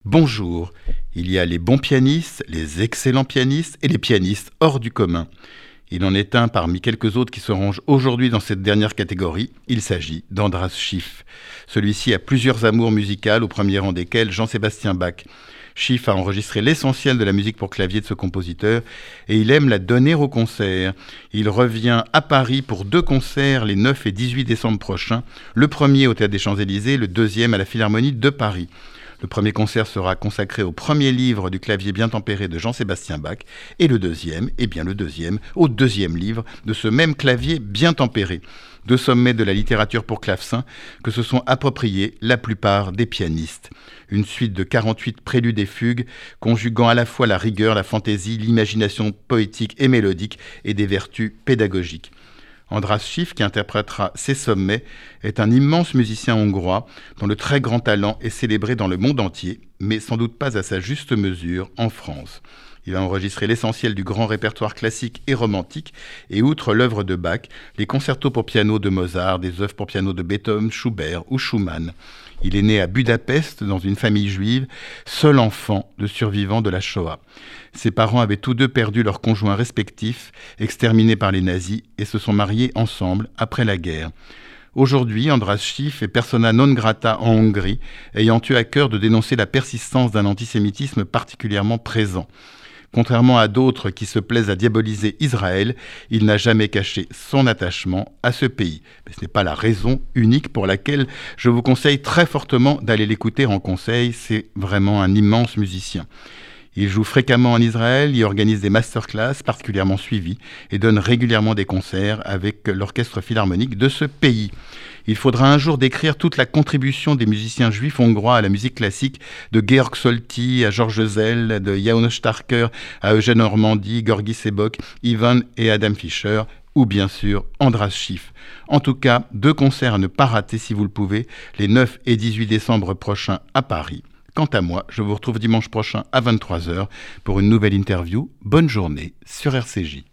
Bonjour, il y a les bons pianistes, les excellents pianistes et les pianistes hors du commun. Il en est un parmi quelques autres qui se rangent aujourd'hui dans cette dernière catégorie. Il s'agit d'Andras Schiff. Celui-ci a plusieurs amours musicales, au premier rang desquels Jean-Sébastien Bach. Schiff a enregistré l'essentiel de la musique pour clavier de ce compositeur et il aime la donner au concert. Il revient à Paris pour 2 concerts les 9 et 18 décembre prochains, le premier au Théâtre des Champs-Élysées, le deuxième à la Philharmonie de Paris. Le premier concert sera consacré au premier livre du clavier bien tempéré de Jean-Sébastien Bach et le deuxième, au deuxième livre de ce même clavier bien tempéré. 2 sommets de la littérature pour clavecin que se sont appropriés la plupart des pianistes. Une suite de 48 préludes et fugues conjuguant à la fois la rigueur, la fantaisie, l'imagination poétique et mélodique et des vertus pédagogiques. Andras Schiff, qui interprétera ces sommets, est un immense musicien hongrois dont le très grand talent est célébré dans le monde entier, mais sans doute pas à sa juste mesure en France. Il a enregistré l'essentiel du grand répertoire classique et romantique, et outre l'œuvre de Bach, les concertos pour piano de Mozart, des œuvres pour piano de Beethoven, Schubert ou Schumann. Il est né à Budapest, dans une famille juive, seul enfant de survivants de la Shoah. Ses parents avaient tous deux perdu leurs conjoints respectifs, exterminés par les nazis, et se sont mariés ensemble après la guerre. Aujourd'hui, Andras Schiff est persona non grata en Hongrie, ayant eu à cœur de dénoncer la persistance d'un antisémitisme particulièrement présent. Contrairement à d'autres qui se plaisent à diaboliser Israël, il n'a jamais caché son attachement à ce pays. Mais ce n'est pas la raison unique pour laquelle je vous conseille très fortement d'aller l'écouter en concert. C'est vraiment un immense musicien. Il joue fréquemment en Israël, y organise des masterclass particulièrement suivies et donne régulièrement des concerts avec l'orchestre philharmonique de ce pays. Il faudra un jour décrire toute la contribution des musiciens juifs hongrois à la musique classique, de Georg Solti à Georges Zell, de János Starker à Eugène Normandi, Gorgi Sebok, Ivan et Adam Fischer, ou bien sûr Andras Schiff. En tout cas, 2 concerts à ne pas rater si vous le pouvez, les 9 et 18 décembre prochains à Paris. Quant à moi, je vous retrouve dimanche prochain à 23h pour une nouvelle interview. Bonne journée sur RCJ.